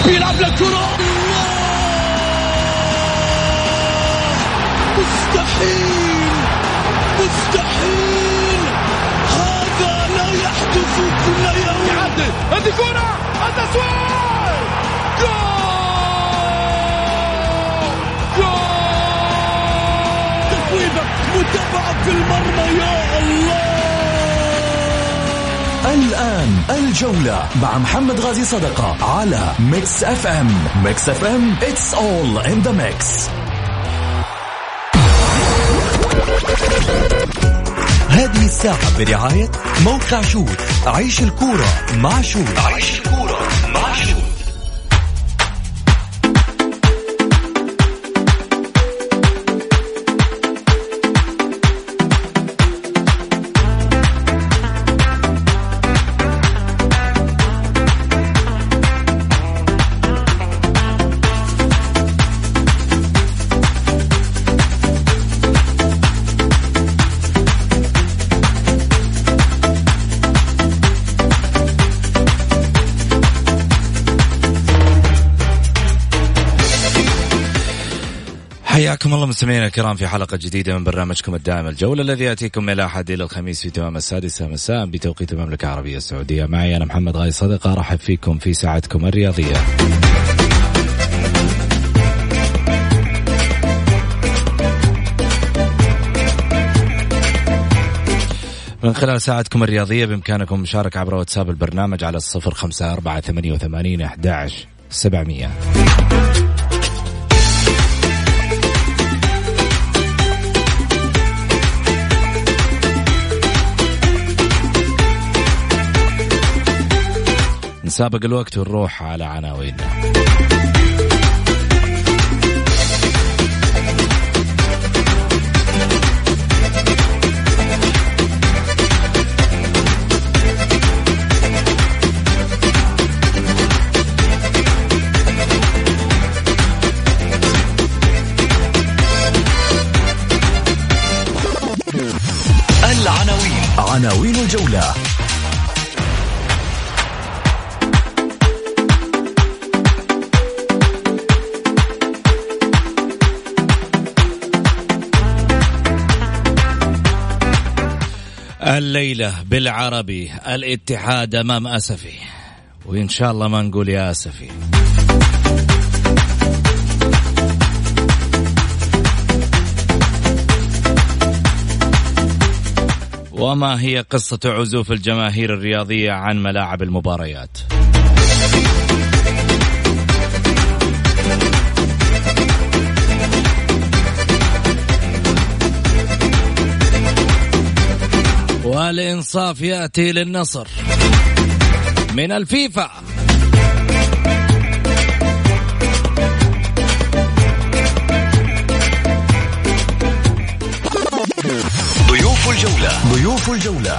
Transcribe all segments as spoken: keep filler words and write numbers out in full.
بيلعب للكرة، مستحيل مستحيل، هذا لا يحدث كل يوم. يعدل هذه كرة، التسويق، جول جول، تسويبة متابعة في المرمى، يا الله. الآن الجولة مع محمد غازي صدقة على ميكس اف ام. ميكس اف ام it's all in the mix. هذه الساعة برعاية موقع شوت. عيش الكورة مع شوت. عيش الكورة مع شوت. حياكم الله مستمعينا الكرام في حلقة جديدة من برنامجكم الدائم الجولة، الذي يأتيكم من الأحد إلى الخميس في تمام السادسة مساء بتوقيت المملكة العربية السعودية. معي أنا محمد غازي صدقة، أرحب فيكم في ساعتكم الرياضية. من خلال ساعتكم الرياضية بإمكانكم مشاركة عبر واتساب البرنامج على الصفر خمسة أربعة ثمانية وثمانين أحد عشر سبعمية. نسابق الوقت ونروح على عناويننا. العناوين. عناوين الجولة. الليلة بالعربي الاتحاد أمام أسفي، وإن شاء الله ما نقول يا أسفي. وما هي قصة عزوف الجماهير الرياضية عن ملاعب المباريات؟ والإنصاف يأتي للنصر من الفيفا. ضيوف الجولة. ضيوف الجولة.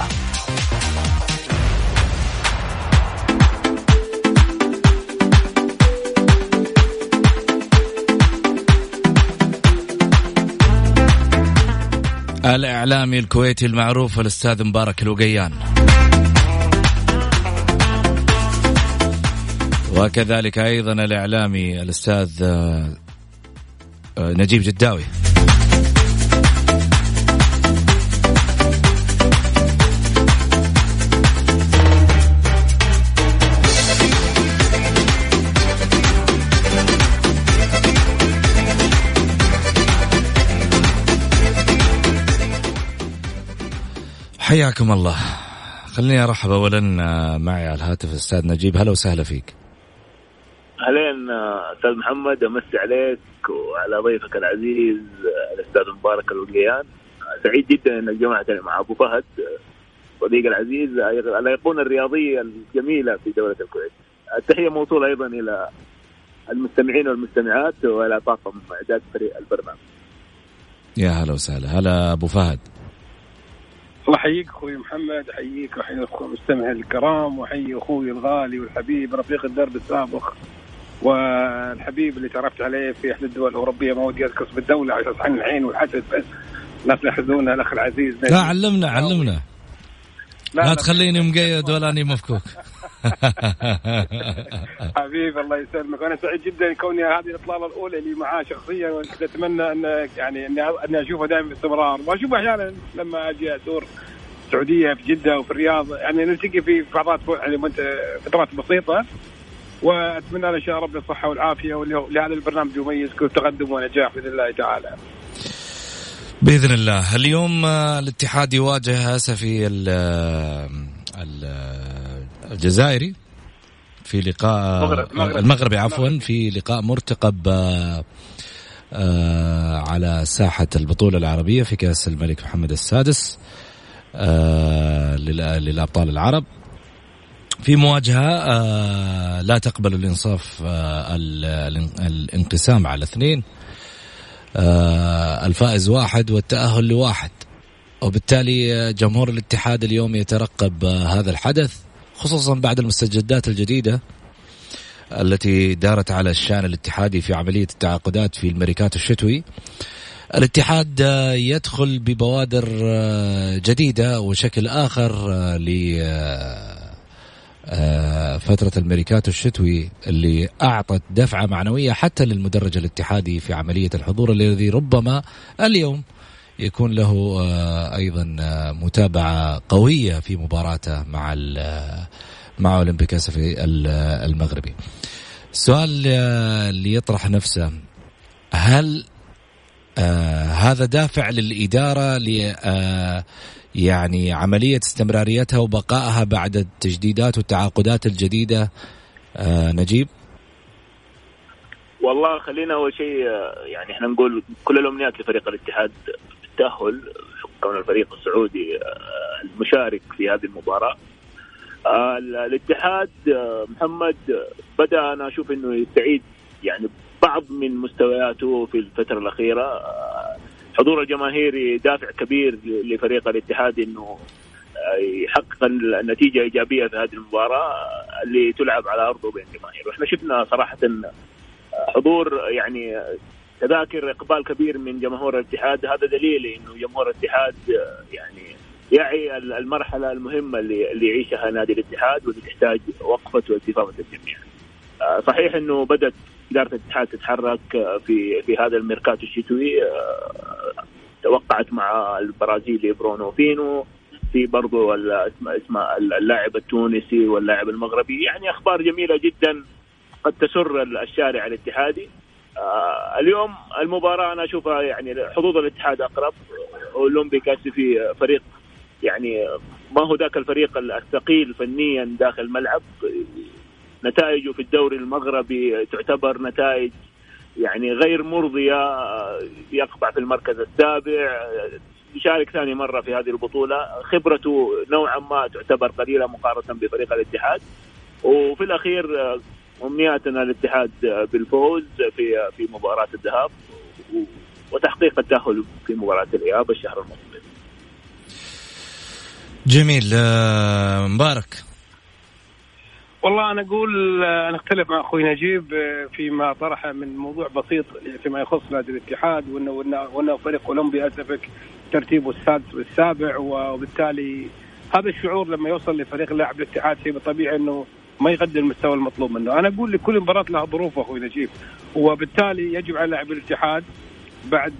الإعلامي الكويتي المعروف الأستاذ مبارك الوقيان، وكذلك أيضا الإعلامي الأستاذ نجيب جداوي. حياكم الله. خليني أرحب أولا معي على الهاتف الأستاذ نجيب. هلا وسهلا فيك. أهلين أستاذ محمد، أمسي عليك وعلى ضيفك العزيز الأستاذ مبارك الوقيان. سعيد جدا أن جمعتني مع أبو فهد صديق العزيز الأيقونة الرياضية الجميلة في دولة الكويت. التحية موصولة أيضا إلى المستمعين والمستمعات وإلى طاقم إعداد فريق البرنامج. يا هلا وسهلا. هلا أبو فهد. الله يحييك أخوي محمد، أحييك وأحيي أخوي المستمع الكرام، وأحيي أخوي الغالي والحبيب رفيق الدرب السابق والحبيب اللي تعرفت عليه في إحدى الدول الأوروبية. ما ودي أذكر اسم الدولة عشان عن العين والحسد، بس الناس يحسدون الأخ العزيز. لا علمنا علمنا لا, لا, لا تخليني مقيد ولا أني مفكوك. حبيبي الله يسلمك، وانا سعيد جدا كوني هذه الاطلاله الاولى اللي معاه شخصيا، وكنت اتمنى ان يعني اني اني اشوفه دائما باستمرار، واشوفه احيانا لما اجي ازور السعوديه في جده وفي الرياض، يعني نلتقي في بعضات يعني فترات بسيطه، واتمنى له ان شاء الله الصحه والعافيه ولهذا البرنامج يميز كل تقدم ونجاح باذن الله تعالى. باذن الله. اليوم الاتحاد يواجه اسفي الجزائري في لقاء المغربي, المغربي عفوا في لقاء مرتقب على ساحة البطولة العربية في كأس الملك محمد السادس للأبطال العرب، في مواجهة لا تقبل الإنصاف الانقسام على اثنين، الفائز واحد والتأهل لواحد، وبالتالي جمهور الاتحاد اليوم يترقب هذا الحدث، خصوصا بعد المستجدات الجديدة التي دارت على الشأن الاتحادي في عملية التعاقدات في الميركاتو الشتوي. الاتحاد يدخل ببوادر جديدة وشكل آخر لفترة الميركاتو الشتوي اللي أعطت دفعة معنوية حتى للمدرج الاتحادي في عملية الحضور الذي ربما اليوم يكون له أيضا متابعة قوية في مباراته مع مع أولمبيك أسفي المغربي. السؤال اللي يطرح نفسه، هل آه هذا دافع للإدارة ل آه يعني عملية استمراريتها وبقائها بعد التجديدات والتعاقدات الجديدة؟ آه نجيب. والله خلينا أول شيء يعني احنا نقول كل الأمنيات لفريق الاتحاد بالتأهل، كون الفريق السعودي المشارك في هذه المباراة. آه الاتحاد محمد بدأ أنا أشوف إنه يستعيد يعني بعض من مستوياته في الفترة الأخيرة. حضور الجماهيري دافع كبير لفريق الاتحاد إنه يحقق النتيجة إيجابية في هذه المباراة اللي تلعب على أرضه بين الجماهير. وإحنا شفنا صراحة حضور يعني تذاكر إقبال كبير من جمهور الاتحاد، هذا دليل إنه جمهور الاتحاد يعني يعي المرحلة المهمة اللي يعيشها نادي الاتحاد واللي تحتاج وقفة واستفاضة الجميع. صحيح إنه بدأت إدارة الاتحاد تتحرك في في هذا الميركاتو الشتوي، توقعت مع البرازيلي برونو فينو، في برضو اسم اللاعب التونسي واللاعب المغربي، يعني أخبار جميلة جدا قد تسر الشارع الاتحادي. اليوم المباراة أنا أشوفها يعني حظوظ الاتحاد أقرب. أولمبيك أسفي فريق يعني ما هو ذاك الفريق الثقيل فنيا داخل الملعب، نتائجه في الدوري المغربي تعتبر نتائج يعني غير مرضية، يقبع في المركز السابع، يشارك ثاني مرة في هذه البطولة، خبرته نوعا ما تعتبر قليلة مقارنة بفريق الاتحاد. وفي الأخير أمنياتنا الاتحاد بالفوز في في مباراة الذهاب وتحقيق التأهل في مباراة الإياب الشهر المقبل. جميل. مبارك. والله أنا أقول أنا أختلف مع أخوي نجيب فيما طرحه من موضوع بسيط فيما يخص نادي الاتحاد، وأنه وأنه فريق أولمبي أسفك ترتيبه السادس والسابع، وبالتالي هذا الشعور لما يوصل لفريق لاعب الاتحاد شيء طبيعي أنه ما يقدم المستوى المطلوب منه. أنا أقول لكل مباراة لها ظروف أخوي نجيب، وبالتالي يجب على لاعب الاتحاد بعد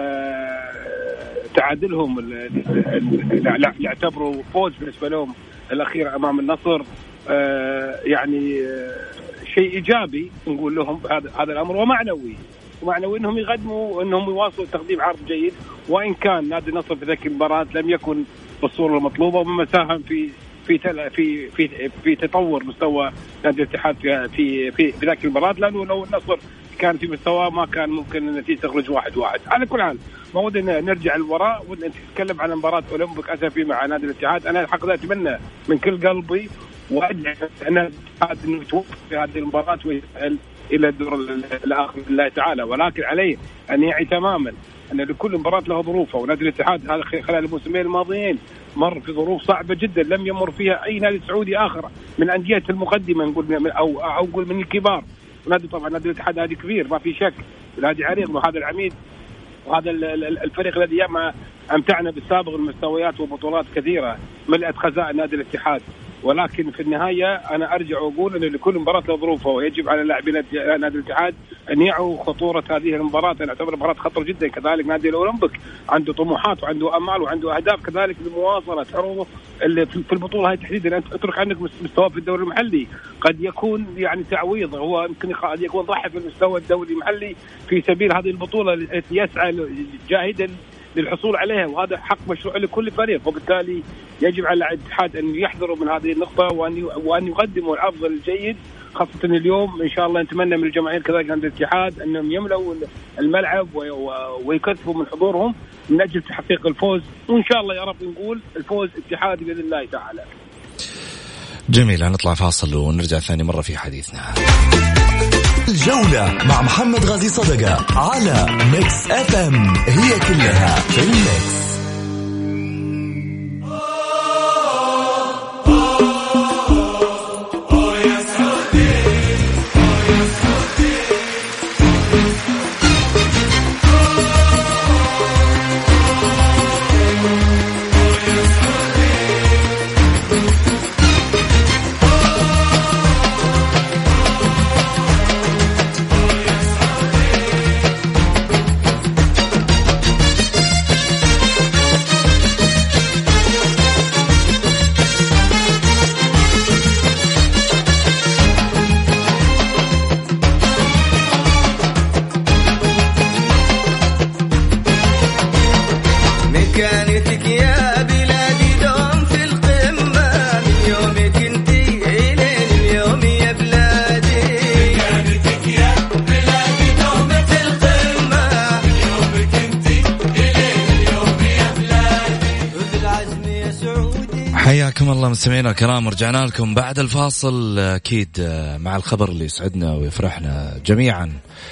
تعادلهم اللي يعتبروا فوز بالنسبة لهم الأخير أمام النصر يعني شيء إيجابي نقول لهم هذا هذا الأمر، ومعنوي ومعنوي إنهم يقدموا إنهم يواصلوا تقديم عرض جيد، وإن كان نادي النصر في ذيك المباراة لم يكن بالصورة المطلوبة، ومما ساهم في في في في في تطور مستوى نادي الاتحاد في في في, في ذاك المباراة، لأنه لو النصر كان في مستوى ما كان ممكن النتيجة تخرج واحد واحد. على كل حال ما ودنا نرجع للوراء ونتكلم عن مباراة أولمبيك أسفي مع نادي الاتحاد. أنا الحقيقة أتمنى من كل قلبي وأدعي أن الاتحاد إنه يتوفق في هذه المباراة ويسأل إلى الدور الآخر بالله تعالى، ولكن عليه أن يعي تماما أن لكل مباراة له ظروفه، ونادي الاتحاد هذا خلال الموسمين الماضيين مر في ظروف صعبة جدا لم يمر فيها أي نادي سعودي آخر من أندية المقدمة نقول من أو أو نقول من الكبار. ونادي طبعا نادي الاتحاد نادي كبير ما في شك، نادي عريق، وهذا العميد وهذا الفريق الذي ياما أمتعنا بالسابق المستويات وبطولات كثيرة ملأت خزائن نادي الاتحاد. ولكن في النهاية أنا أرجع وأقول أن لكل مباراة له ظروفها، ويجب على لاعبين نادي الاتحاد أن يعوا خطورة هذه المباراة. أنا أعتبر مباراة خطر جدا. كذلك نادي الأولمبيك عنده طموحات وعنده أمال وعنده أهداف كذلك لمواصلة عروضه اللي في البطولة هاي تحديدا. أنت اترك عنك مستوى في الدوري المحلي، قد يكون يعني تعويض، هو يمكن قد يكون ضحى في المستوى الدوري المحلي في سبيل هذه البطولة التي يسعى جاهدا للحصول عليها، وهذا حق مشروع لكل فريق. وبالتالي يجب على الاتحاد أن يحذروا من هذه النقطة وأن وأن يقدموا الأفضل الجيد، خاصة اليوم إن شاء الله نتمنى من الجماهير كذلك عند الاتحاد أنهم يملوا الملعب ويكثفوا من حضورهم من أجل تحقيق الفوز، وإن شاء الله يا رب نقول الفوز اتحادي بإذن الله تعالى. جميل، هنطلع فاصل ونرجع ثاني مرة في حديثنا. الجولة مع محمد غازي صدقة على ميكس اف ام، هي كلها في الميكس. حياكم الله مستمعينا الكرام، ورجعنا لكم بعد الفاصل أكيد مع الخبر اللي يسعدنا ويفرحنا جميعا.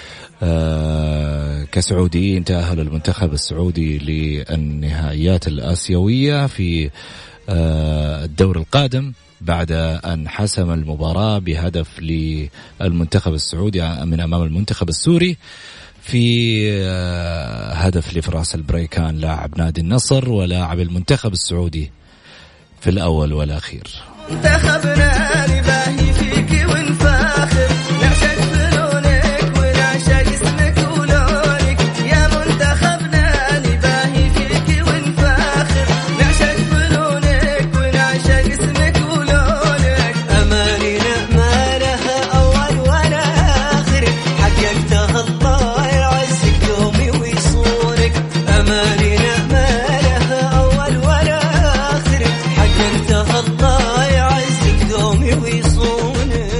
كسعوديين تأهل المنتخب السعودي للنهائيات الآسيوية في الدور القادم بعد أن حسم المباراة بهدف للمنتخب السعودي من أمام المنتخب السوري في هدف لفراس البريكان لاعب نادي النصر ولاعب المنتخب السعودي في الأول والأخير. منتخبنا نباهي فيك ونفاخر، نعشق فنونك ونعشق اسمك ولونك، يا منتخبنا نباهي فيك ونفاخر، نعشق فنونك ونعشق اسمك ولونك، أمانينا ما لها أول ولا آخر، حققتها الله يعزك يومي ويصونك، أمانينا ما لها أول ولا آخر، حققتها الله يعزك يومي ويصونك.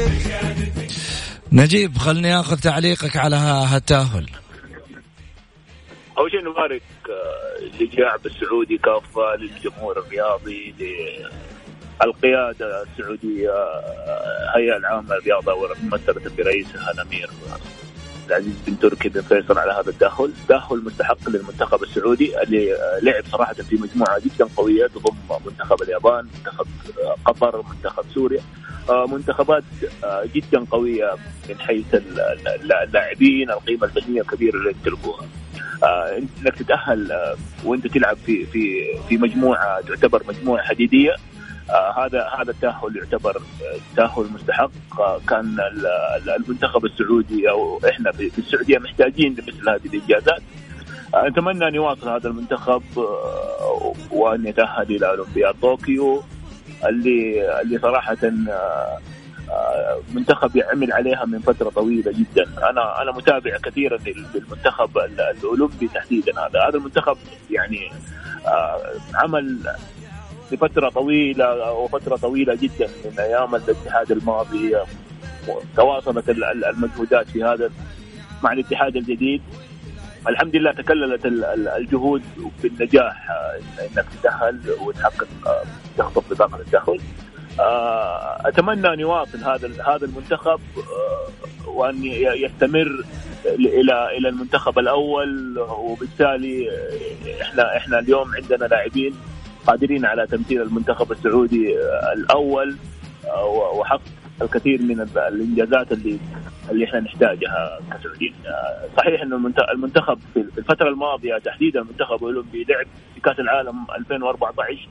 نجيب، خلني أخذ تعليقك على هالتأهل. أول شيء نبارك للشعب السعودي كافة، للجمهور الرياضي، للقيادة السعودية، هيئة العامة للرياضة وممثلة برئيسها الأمير العزيز بن تركي بن فيصل على هذا التأهل. تأهل مستحق للمنتخب السعودي اللي لعب صراحة في مجموعة جدا قوية تضم منتخب اليابان، منتخب قطر، منتخب سوريا، منتخبات جدا قوية من حيث اللاعبين، القيمة الفنية الكبيرة اللي يمتلكوها. انك تتأهل وانت تلعب في في في مجموعة تعتبر مجموعة حديدية، آه هذا هذا التأهل يعتبر تأهل مستحق. آه كان المنتخب السعودي او احنا في السعودية محتاجين لمثل هذه الانجازات. آه نتمنى ان يواصل هذا المنتخب آه وان يتأهل الى اولمبياد طوكيو اللي اللي صراحة آه منتخب يعمل عليها من فترة طويلة جدا. أنا أنا متابع كثيرا للمنتخب الأولمبي تحديدا. هذا هذا المنتخب يعني عمل لفترة طويلة وفترة طويلة جدا من أيام الاتحاد الماضي. تواصلت المجهودات في هذا مع الاتحاد الجديد. الحمد لله تكللت الجهود بالنجاح إنك تتأهل وتحقق تخطف بطاقة التأهل. أتمنى أن يواصل هذا هذا المنتخب وأن يستمر إلى إلى المنتخب الأول، وبالتالي إحنا إحنا اليوم عندنا لاعبين قادرين على تمثيل المنتخب السعودي الأول وحقق الكثير من الإنجازات اللي اللي إحنا نحتاجها كسعوديين. صحيح إنه المنتخب في الفترة الماضية تحديدا المنتخب الأولمبي لعب في كأس العالم ألفين وأربعة عشر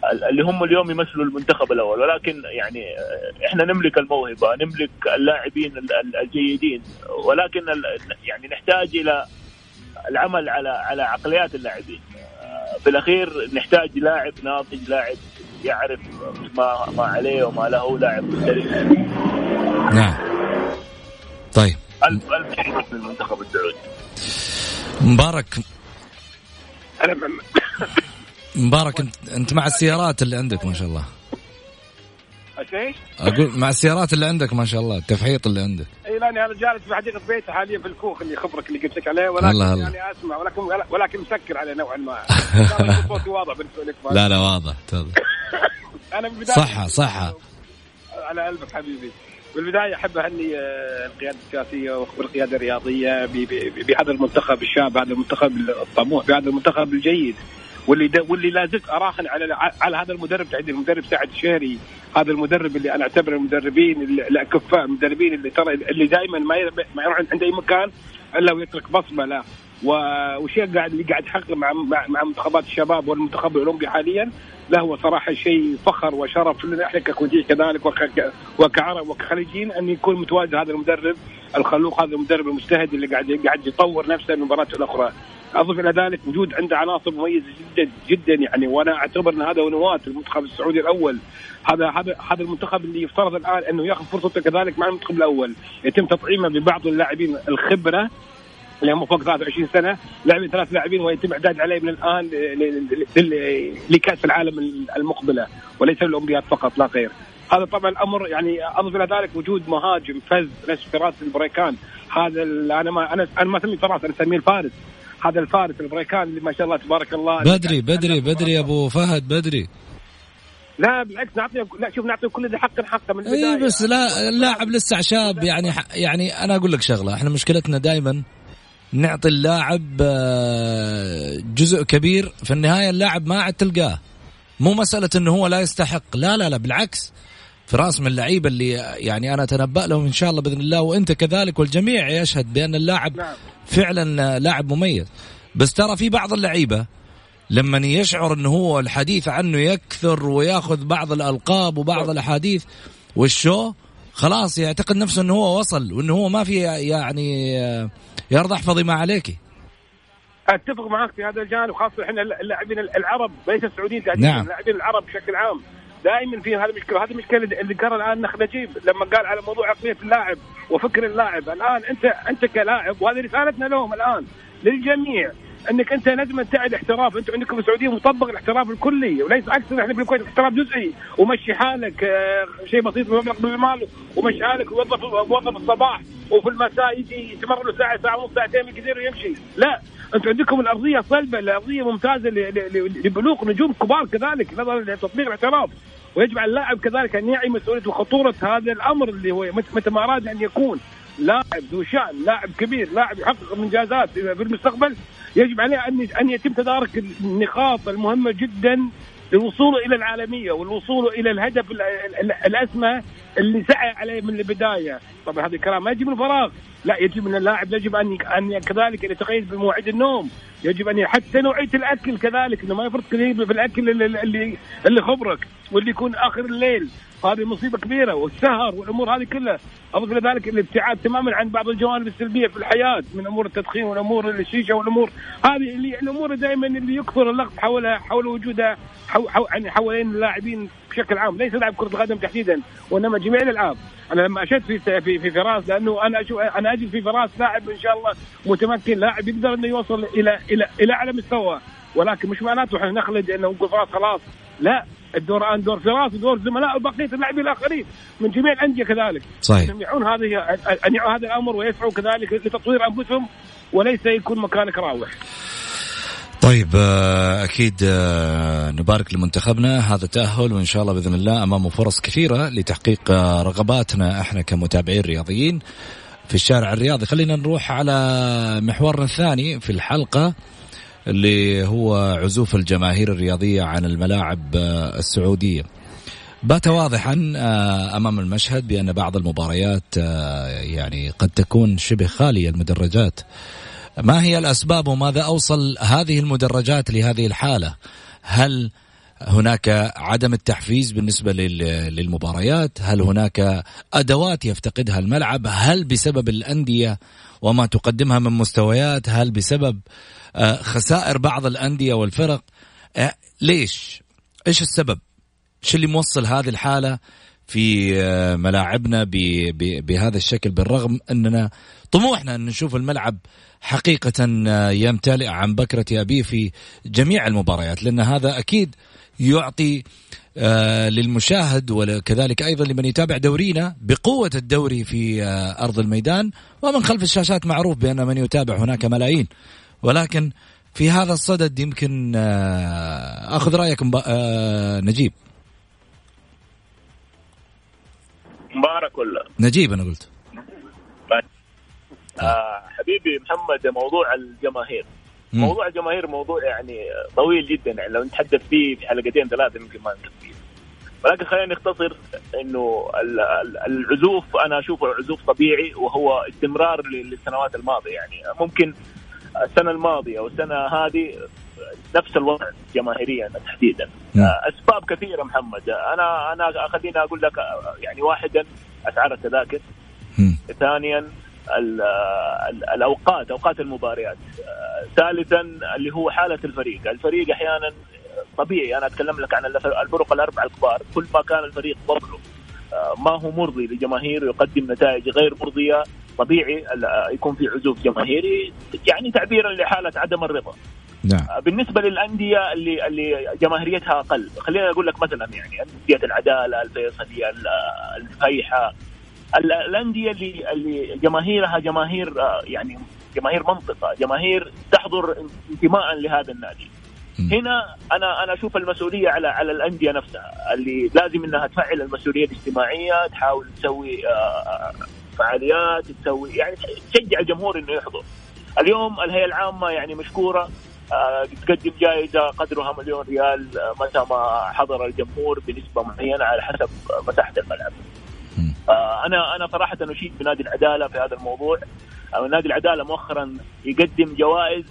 اللي هم اليوم يمثلوا المنتخب الأول، ولكن يعني إحنا نملك الموهبة، نملك اللاعبين الجيدين، ولكن يعني نحتاج إلى العمل على على عقليات اللاعبين. في الأخير نحتاج لاعب ناضج، لاعب يعرف ما ما عليه وما له، لاعب محترف. نعم. طيب. ألف ألف شكر للمنتخب السعودي. مبارك. مبارك انت انت مع السيارات اللي عندك ما شاء الله. ايش؟ اقول مع السيارات اللي عندك ما شاء الله، التفحيط اللي عندك. اي لاني انا جالس في حديقه بيتي حاليا في الكوخ اللي خبرك اللي قلت لك عليه، ولكن الله الله. يعني اسمع ولكن ولكن مسكر عليه نوعا ما. صوتي واضح بالنسبه لك. لا لا واضح تفضل. انا بالبدايه صحه صحه على قلبك حبيبي. بالبدايه احب اهني القياده السياسيه والقياده الرياضيه بهذا المنتخب الشاب، هذا المنتخب الطموح، بهذا المنتخب الجيد، واللي واللي لا زلت اراهن على على هذا المدرب تعدي المدرب سعد الشهري. هذا المدرب اللي انا اعتبره المدربين الاكفاء، المدربين اللي ترى اللي دائما ما ما يروح عند اي مكان الا ويترك بصمه له. وشيء قاعد اللي قاعد يحقق مع مع منتخبات الشباب والمنتخب الاولمبي حاليا له هو صراحه شيء فخر وشرف لنا احنا ككويتيين كذلك وكعرب وكخليجيين ان يكون متواجد هذا المدرب الخلوق، هذا المدرب المجتهد اللي قاعد قاعد يطور نفسه من مباراه الاخرى. اضف الى ذلك وجود عنده عناصر مميزه جدا جدا يعني، وانا اعتبر ان هذا نواه المنتخب السعودي الاول. هذا هذا هذا المنتخب اللي يفترض الان انه ياخذ فرصته كذلك مع المنتخب الاول، يتم تطعيمه ببعض اللاعبين الخبره اللي هم فوق ثلاثة وعشرين سنه، لاعبين ثلاث لاعبين ويتم اعداد عليه من الان لكاس العالم المقبله وليس الاولمبياد فقط لا غير. هذا طبعا الامر يعني. اضف الى ذلك وجود مهاجم فز ليس فراس البريكان، هذا انا ما انا انا ما اسميه فراس، انا اسميه الفارس. هذا الفارس البريكان اللي ما شاء الله تبارك الله. بدري بدري بدري يا ابو فهد بدري. لا بالعكس نعطيه، لا شوف نعطيه كل ذي حق حقه من البدايه. اي بس لا اللاعب لسه شاب يعني. يعني انا اقول لك شغله، احنا مشكلتنا دائما نعطي اللاعب جزء كبير، في النهايه اللاعب ما عاد تلقاه. مو مساله انه هو لا يستحق، لا لا لا بالعكس، فراس من اللعيبه اللي يعني انا اتنبأ لهم ان شاء الله باذن الله، وانت كذلك والجميع يشهد بان اللاعب فعلا لاعب مميز. بس ترى في بعض اللعيبه لما يشعر انه هو الحديث عنه يكثر وياخذ بعض الالقاب وبعض الاحاديث والشو، خلاص يعتقد نفسه انه هو وصل وانه هو ما في يعني يرضى احفظي ما عليك. اتفق معك في هذا الجانب، خاصه احنا اللاعبين العرب ليس السعوديين تحديدا. نعم. اللاعبين العرب بشكل عام دائما في هذه المشكله. هذه المشكله اللي قرر الان نخ نجيب لما قال على موضوع عقليه اللاعب وفكر اللاعب. الان انت انت كلاعب، وهذه رسالتنا لهم الان للجميع، انك انت لازم تعد احتراف. انتم عندكم في السعوديه مطبق الاحتراف الكلي وليس عكس. احنا في الكويت احتراف جزئي ومشي حالك آه شيء بسيط بمبلغ بالمال ومشي حالك، ووظف موظف الصباح وفي المساء يجي يتمرن له ساعه ساعه ونص ساعتين بالكثير ويمشي. لا، انتم عندكم الارضيه صلبه، الارضيه ممتازه لبلوغ نجوم كبار كذلك نظرا لتطبيق الاحتراف. ويجب على اللاعب كذلك ان يعي مسؤوليه وخطوره هذا الامر اللي هو متى ما اراد ان يكون لاعب ذو شأن، لاعب كبير، لاعب يحقق انجازات في المستقبل، يجب عليه ان ان يتم تدارك النقاط المهمه جدا للوصول الى العالميه والوصول الى الهدف الاسمى اللي سعى عليه من البدايه. طبعا هذا الكلام ما يجي من فراغ، لا يجب ان اللاعب يجب ان ان كذلك يتقيد بمواعيد النوم، يجب ان حتى نوعيه الاكل كذلك، انه ما يفرط كثير في الاكل اللي اللي, اللي خبرك واللي يكون اخر الليل، هذه مصيبه كبيره، والسهر والامور هذه كلها. اضف الى ذلك الابتعاد تماما عن بعض الجوانب السلبيه في الحياه من امور التدخين والامور الشيشه والامور هذه اللي الامور دائما اللي يكثر اللغط حول حول وجودها حو حو يعني حوالين اللاعبين بشكل عام، ليس لاعب كره القدم تحديدا وانما جميع الالعاب. انا لما اشد في في في فراس، لانه انا اشوف انا اجد في فراس لاعب ان شاء الله متمكن، لاعب يقدر انه يوصل الى الى الى اعلى مستوى، ولكن مش معناته احنا نخلد انه نقول فراس خلاص، لا، الدور الان دور فراس ودور زملاء وبقيه اللاعبين الاخرين من جميع الانديه كذلك. صحيح. ان يعون هذه ان يعون هذا الامر ويسعوا كذلك لتطوير انفسهم وليس يكون مكانك راوح. طيب أكيد نبارك لمنتخبنا هذا تأهل، وإن شاء الله بإذن الله أمامه فرص كثيرة لتحقيق رغباتنا إحنا كمتابعين رياضيين في الشارع الرياضي. خلينا نروح على محورنا الثاني في الحلقة اللي هو عزوف الجماهير الرياضية عن الملاعب السعودية. بات واضحا أمام المشهد بأن بعض المباريات يعني قد تكون شبه خالية المدرجات. ما هي الأسباب وماذا أوصل هذه المدرجات لهذه الحالة؟ هل هناك عدم التحفيز بالنسبة للمباريات؟ هل هناك أدوات يفتقدها الملعب؟ هل بسبب الأندية وما تقدمها من مستويات؟ هل بسبب خسائر بعض الأندية والفرق؟ ليش؟ إيش السبب؟ إيش اللي موصل هذه الحالة في ملاعبنا بهذا الشكل، بالرغم أننا طموحنا أن نشوف الملعب حقيقة يمتلئ عن بكرة أبيه في جميع المباريات، لأن هذا أكيد يعطي للمشاهد وكذلك أيضا لمن يتابع دورينا بقوة الدوري في أرض الميدان، ومن خلف الشاشات معروف بأن من يتابع هناك ملايين. ولكن في هذا الصدد يمكن أخذ رأيك نجيب. مبارك ولا نجيب؟ أنا قلت آه حبيبي محمد، موضوع الجماهير م. موضوع الجماهير موضوع يعني طويل جدا، يعني لو نتحدث فيه في حلقتين ثلاثة ممكن ما نكفيه، ولكن خلينا نختصر انه العزوف انا اشوفه عزوف طبيعي، وهو استمرار للسنوات الماضية. يعني ممكن السنة الماضية والسنة هذه نفس الوضع جماهيريا تحديدا. أسباب كثيرة محمد، أنا أنا خليني أقول لك يعني واحدا أسعار التذاكر، ثانيا ال ال الأوقات أوقات المباريات، ثالثا اللي هو حالة الفريق. الفريق أحيانا طبيعي، أنا أتكلم لك عن الفرق الأربعة الكبار، كل ما كان الفريق وضعه ما هو مرضي للجماهير ويقدم نتائج غير مرضية، طبيعي يكون في عزوف جماهيري، يعني تعبيرا لحالة عدم الرضا. نعم. بالنسبة للأندية اللي اللي جماهيريتها أقل، خلينا أقول لك مثلا يعني أندية العدالة، الفيصلية، الفيحة، الأندية اللي اللي جماهيرها جماهير يعني جماهير منطقة، جماهير تحضر انتماء لهذا النادي. هنا أنا أنا أشوف المسؤولية على على الأندية نفسها، اللي لازم إنها تفعل المسؤولية الاجتماعية، تحاول تسوي فعاليات، تسوي يعني تشجع الجمهور إنه يحضر. اليوم الهيئة العامة يعني مشكورة، تقدم جائزة قدرها مليون ريال متى ما حضر الجمهور بنسبة معينة على حسب مساحة الملعب. أنا أنا صراحة أشيد بنادي العدالة في هذا الموضوع. نادي العدالة مؤخرا يقدم جوائز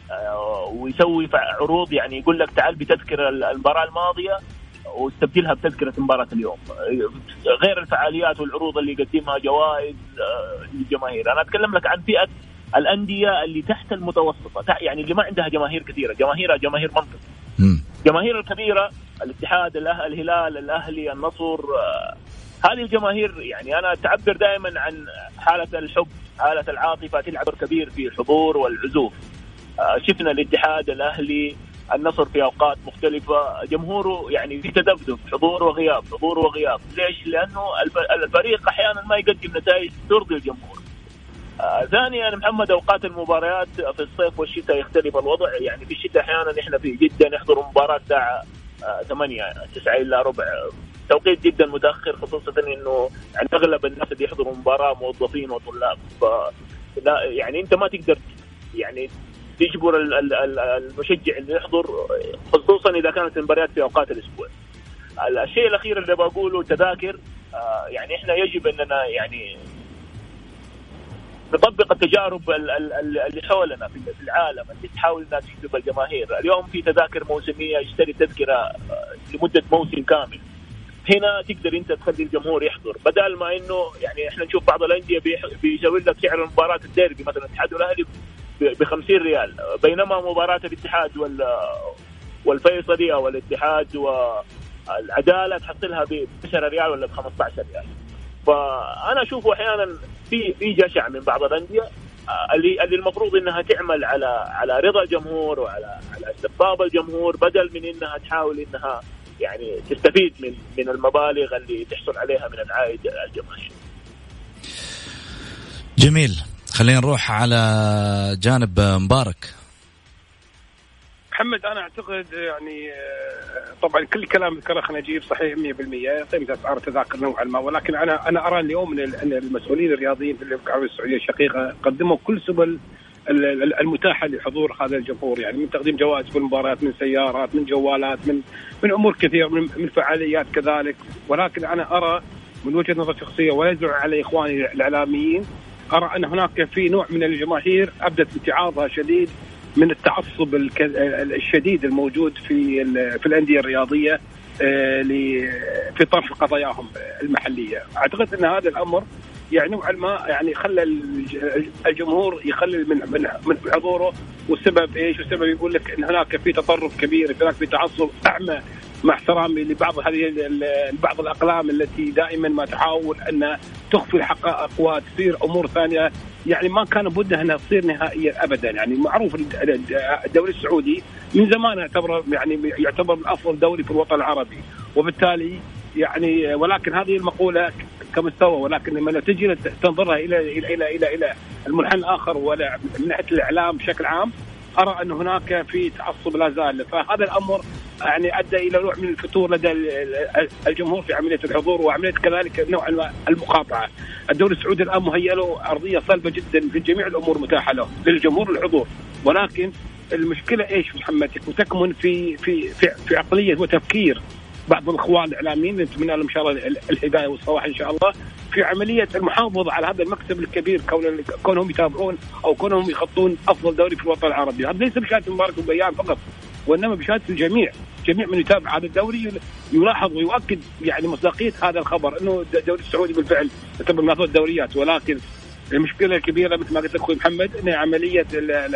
ويسوي عروض، يعني يقول لك تعال بتذكر المباراة الماضية واستبدلها بتذكرة مباراة اليوم، غير الفعاليات والعروض اللي يقدمها جوائز للجماهير. أنا أتكلم لك عن فئة الأندية اللي تحت المتوسطة، يعني اللي ما عندها جماهير كثيرة، جماهيرها جماهير منطقة. جماهير الكبيرة الاتحاد، الهلال، الأهلي، النصر، هذه الجماهير يعني أنا تعبر دائما عن حالة الحب، حالة العاطفة، تلعب دور كبير في الحضور والعزوف. شفنا الاتحاد، الأهلي، النصر في أوقات مختلفة جمهوره يعني في تذبذب، حضور وغياب، حضور وغياب. ليش؟ لأنه الفريق أحيانا ما يقدم نتائج ترضي الجمهور. آه ثانيا محمد، أوقات المباريات في الصيف والشتاء يختلف الوضع. يعني في الشتاء أحيانا إحنا في جدة نحضر مباراة الساعة آه ثمانية تسعة إلا ربع، توقيت جدا متأخر، خصوصا إنه يعني أغلب الناس اللي يحضروا مباراة موظفين وطلاب، فلا يعني أنت ما تقدر يعني تجبر المشجع اللي يحضر، خصوصا إذا كانت المباريات في أوقات الأسبوع. الشيء الأخير اللي بقوله تذاكر، آه يعني إحنا يجب أننا يعني نطبق التجارب اللي حولنا في العالم اللي تحاول انها تجذب الجماهير. اليوم في تذاكر موسميه، يشتري تذكره لمده موسم كامل. هنا تقدر انت تخلي الجمهور يحضر، بدل ما انه يعني احنا نشوف بعض الانديه بيسوي لك سعر مباراه الديربي مثلا الاتحاد والاهلي ب خمسين ريال، بينما مباراه الاتحاد وال والفيصلي او الاتحاد والعداله تحصلها ب عشرة ريال ولا ب خمسة عشر ريال. فأنا أشوفه أحيانا في في جشع من بعض الأندية اللي اللي المفروض إنها تعمل على على رضا الجمهور وعلى على استقطاب الجمهور، بدل من إنها تحاول إنها يعني تستفيد من من المبالغ اللي تحصل عليها من العائد الجماهيري. جميل، خلينا نروح على جانب مبارك. محمد، أنا أعتقد يعني طبعا كل كلام ذكره أخ نجيب صحيح مية بالمية، قيمة أسعار التذاكر نوعا ما، ولكن أنا أنا أرى اليوم أن المسؤولين الرياضيين في المملكة العربية السعودية الشقيقة قدموا كل سبل المتاحة لحضور هذا الجمهور، يعني من تقديم جوائز في المباريات، من سيارات، من جوالات، من من أمور كثير، من من فعاليات كذلك. ولكن أنا أرى من وجهة نظر شخصية ويزعل على إخواني الإعلاميين، أرى أن هناك في نوع من الجماهير أبدت امتعاضها شديد من التعصب الشديد الموجود في في الأندية الرياضية في طرح قضاياهم المحلية. أعتقد أن هذا الأمر يعني نوعا ما يعني خلى الجمهور يخلل من من من حضوره. والسبب ايش؟ والسبب يقول لك ان هناك في تطرف كبير، هناك في تعصب اعمى، مع احترامي لبعض هذه بعض الاقلام التي دائما ما تحاول ان تخفي الحقائق وتصير امور ثانيه يعني ما كان بدها انها تصير نهائيا ابدا. يعني معروف الدوري السعودي من زمان يعتبر يعني يعتبر من افضل دوري في الوطن العربي، وبالتالي يعني ولكن هذه المقولة كمستوى، ولكن لما تجي تنظرها إلى إلى إلى إلى إلى المنحنى الآخر ولا من ناحية الإعلام بشكل عام، أرى أن هناك في تعصب لا زال. فهذا الأمر يعني أدى إلى نوع من الفتور لدى الجمهور في عملية الحضور وعملية كذلك نوع المقاطعة. الدوري السعودي الآن مهيأ له أرضية صلبة جدا في جميع الأمور متاحة له للجمهور الحضور، ولكن المشكلة إيش محمد؟ وتكمن في في في, في عقلية وتفكير بعض الإخوان الإعلاميين، نتمنى لهم إن شاء الله الهداية والصلاح إن شاء الله في عملية المحافظة على هذا المكسب الكبير، كون كونهم يتابعون أو كونهم يخطون أفضل دوري في الوطن العربي. هذا ليس بشهادة مبارك وبيان فقط، وإنما بشهادة الجميع. جميع من يتابع هذا الدوري يلاحظ ويؤكد يعني مصداقية هذا الخبر أنه الدوري السعودي بالفعل يعتبر من أفضل الدوريات. ولكن المشكلة الكبيرة مثل ما قلت لك أخوي محمد أن عملية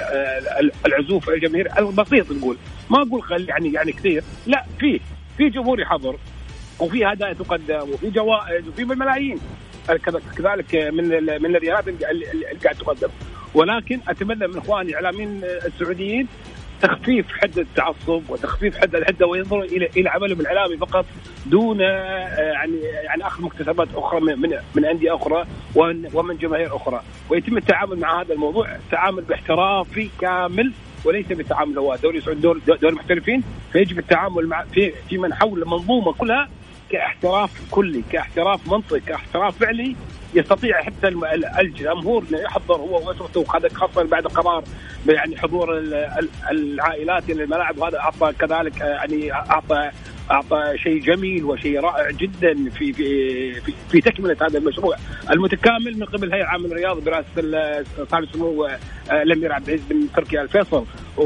العزوف الجماهير البسيط، نقول ما أقول خل يعني يعني كثير، لا، فيه في جمهور يحضر وفي هدايا تقدم وفي جوائز وفي بالملايين كذلك من من الرياضات اللي قاعد تقدم. ولكن اتمنى من اخواني الاعلاميين السعوديين تخفيف حد التعصب وتخفيف حد الحده، وينظروا الى الى عملهم الاعلامي فقط دون يعني يعني اخذ مكتسبات اخرى من من انديه اخرى ومن جماهير اخرى، ويتم التعامل مع هذا الموضوع تعامل باحترافي كامل وليس بالتعامل هو دوري سعودي دور دور المحترفين. فيجب التعامل مع في في من حول المنظومه كلها كاحتراف كلي، كاحتراف منطقي، كاحتراف فعلي، يستطيع حتى الجمهور يحضر هو واسرته، خاصه بعد قرار يعني حضور العائلات الى الملاعب. وهذا اعطى كذلك يعني اعطى اعطى شيء جميل وشيء رائع جدا في في في, في تكمله هذا المشروع المتكامل من قبل هيئه العامه للرياضه برئاسه صاحب السمو الامير عبد العزيز بن تركي آل فيصل،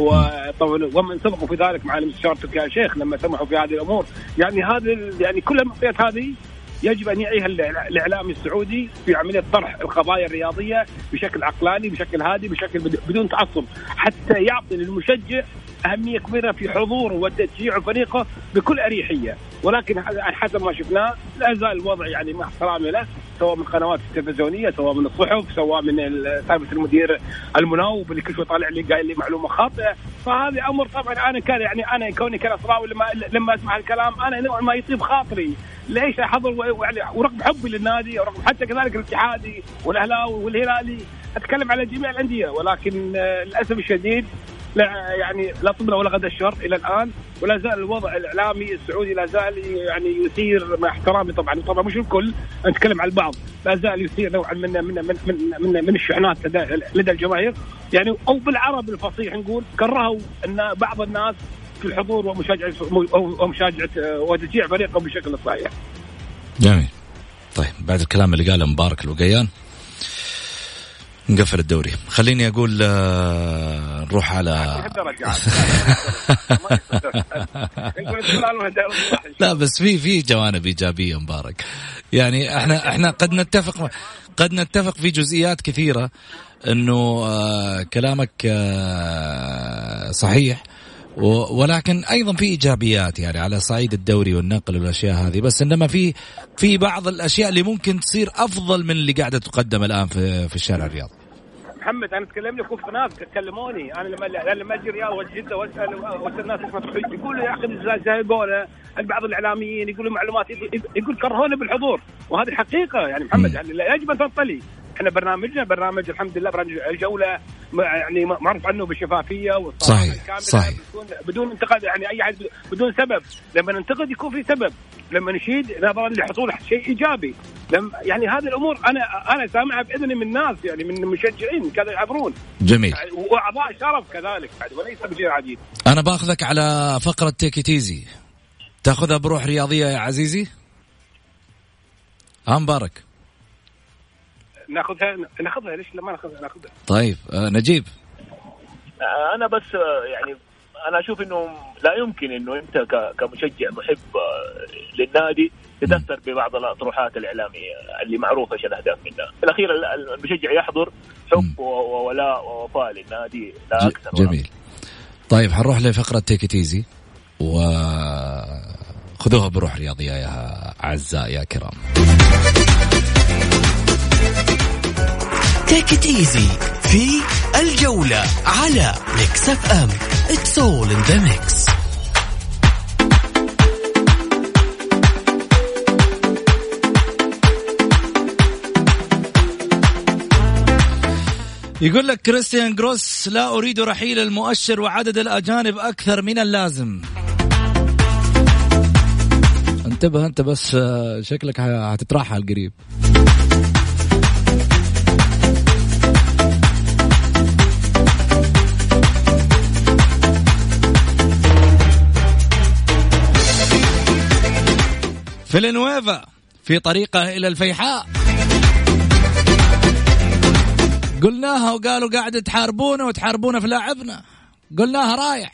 وطبعا ومن سبقوا في ذلك مع المستشار تركي آل شيخ لما سمحوا في هذه الامور. يعني هذه يعني كل المعطيات هذه يجب أن يعيها الإعلام السعودي في عملية طرح القضايا الرياضية بشكل عقلاني، بشكل هادي، بشكل بدون تعصب، حتى يعطي للمشجع أهمية كبيرة في حضوره وتشجيع فريقه بكل أريحية. ولكن حسب ما شفناه لا زال الوضع يعني مع احترامي له، سواء من القنوات التلفزيونية، سواء من الصحف، سواء من ثابت المدير المناوب اللي كل شوي طالع لي قايل لي معلومة خاطئة. فهذا أمر طبعا أنا كان يعني أنا كوني كان صراوي لما لما أسمع الكلام أنا نوع ما يطيب خاطري، ليش أحضر ورغم حبي للنادي ورغم حتى كذلك الاتحادي والأهلاوي والهلالي أتكلم على جميع الأندية، ولكن للأسف الشديد لا يعني لا طبنا ولا غدا الشر إلى الآن، ولا زال الوضع الإعلامي السعودي لا زال يعني يثير مع احترامي طبعا طبعا مش الكل، نتكلم عن البعض، لا زال يثير نوعا من من من من من, من الشحنات لدى, لدى الجماهير يعني، أو بالعربي الفصيح نقول كرهوا أن بعض الناس في الحضور ومشاجعة ومشاجعة وتشجيع فريقهم بشكل صحيح. جميل. طيب بعد الكلام اللي قاله مبارك الوقيان نقفل الدوري. خليني أقول آه نروح على لا بس في في جوانب إيجابية مبارك، يعني احنا احنا قد نتفق قد نتفق في جزئيات كثيرة إنه آه كلامك آه صحيح، ولكن أيضا في إيجابيات يعني على صعيد الدوري والنقل والأشياء هذه، بس إنما في في بعض الأشياء اللي ممكن تصير أفضل من اللي قاعدة تقدم الآن في في الشارع الرياضي. محمد أنا أتكلم لك في ناس كلموني أنا لما لما أجي الرياض وجدة وأسأل وأسأل الناس يقولوا يا أخي زي قولة البعض الإعلاميين يقولوا معلومات يقول كرهونا بالحضور، وهذه حقيقة يعني محمد يعني يجب أن تنطلي. احنا برنامجنا برنامج الحمد لله برنامج الجولة يعني معروف عنه بالشفافية والصراحة الكاملة صحيح. بدون, بدون انتقاد يعني أي حد بدون سبب، لما ننتقد يكون في سبب، لما نشيد نظرا لحصول شيء إيجابي. لما يعني هذه الأمور أنا أنا سامعها بإذن من الناس يعني من المشجعين كذا يعبرون. جميل. يعني وأعضاء شرف كذلك وليس بشيء عديد. أنا بأخذك على فقرة تيكي تيزي، تأخذها بروح رياضية يا عزيزي؟ ها مبارك ناخذها ناخذها ليش لما ناخذها ناخذها طيب. آه نجيب انا بس يعني انا اشوف انه لا يمكن انه انت كمشجع محب للنادي تتاثر ببعض الاطروحات الاعلاميه اللي معروفه ايش الاهداف منها. في الاخير المشجع يحضر حب وولاء ووفاء للنادي لا اكثر. جميل. طيب حنروح لفقره تيك ات ايزي وخذوها بروح رياضيه يا اعزائي يا كرام. تيك ات ايزي في الجولة على ميكس اف ام. It's all in the mix. يقول لك كريستيان جروس: لا أريد رحيل المؤشر وعدد الأجانب أكثر من اللازم. انتبه أنت بس، شكلك هتتراحل قريب. فيلانويفا في طريقه إلى الفيحاء. قلناها وقالوا قاعد تحاربونا وتحاربونا في لاعبنا. قلناها رايح.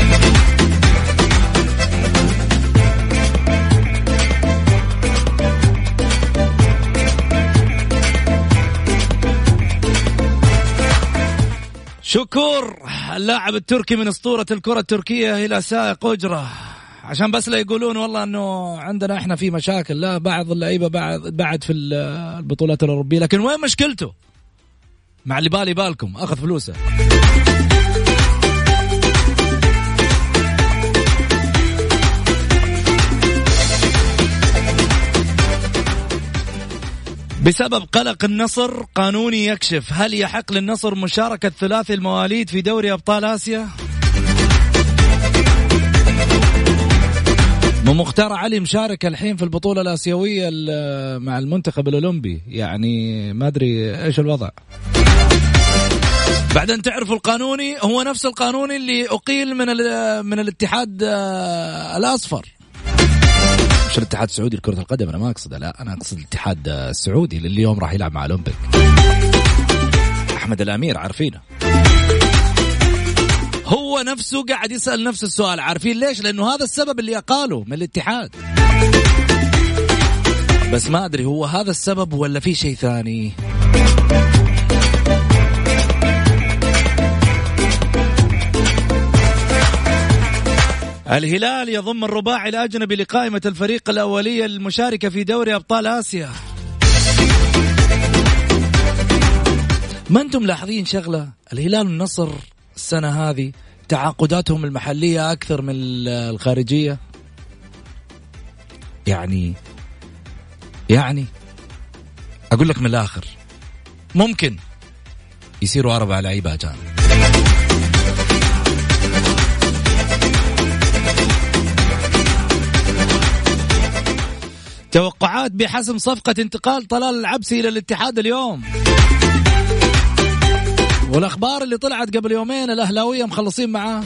شكور اللاعب التركي من أسطورة الكرة التركية إلى سائق أجرة، عشان بس لا يقولون والله انه عندنا احنا في مشاكل. لا، بعض اللعيبه بعد بعد في البطولات الاوروبيه، لكن وين مشكلته؟ مع اللي بالي بالكم اخذ فلوسه. بسبب قلق النصر قانوني يكشف هل يحق للنصر مشاركه ثلاثي المواليد في دوري ابطال اسيا. مختار علي مشارك الحين في البطولة الآسيوية مع المنتخب الأولمبي، يعني ما أدري إيش الوضع. بعدين تعرفوا القانوني هو نفس القانوني اللي أقيل من من الاتحاد الأصفر، مش الاتحاد السعودي لكرة القدم، أنا ما أقصد، لا أنا أقصد الاتحاد السعودي اللي اليوم راح يلعب مع الأولمبيك. أحمد الأمير عارفينه، هو نفسه قاعد يسأل نفس السؤال. عارفين ليش؟ لأنه هذا السبب اللي أقاله من الاتحاد، بس ما أدري هو هذا السبب ولا في شيء ثاني. الهلال يضم الرباعي الأجنبي لقائمة الفريق الأولية المشاركة في دوري أبطال آسيا. ما أنتم لاحظين شغلة؟ الهلال والنصر السنة هذه تعاقداتهم المحلية أكثر من الخارجية. يعني يعني أقول لك من الآخر ممكن يصيروا أربع لعيبة أجانب. توقعات بحسم صفقة انتقال طلال العبسي إلى الاتحاد اليوم، والأخبار اللي طلعت قبل يومين الأهلاوية مخلصين معاه.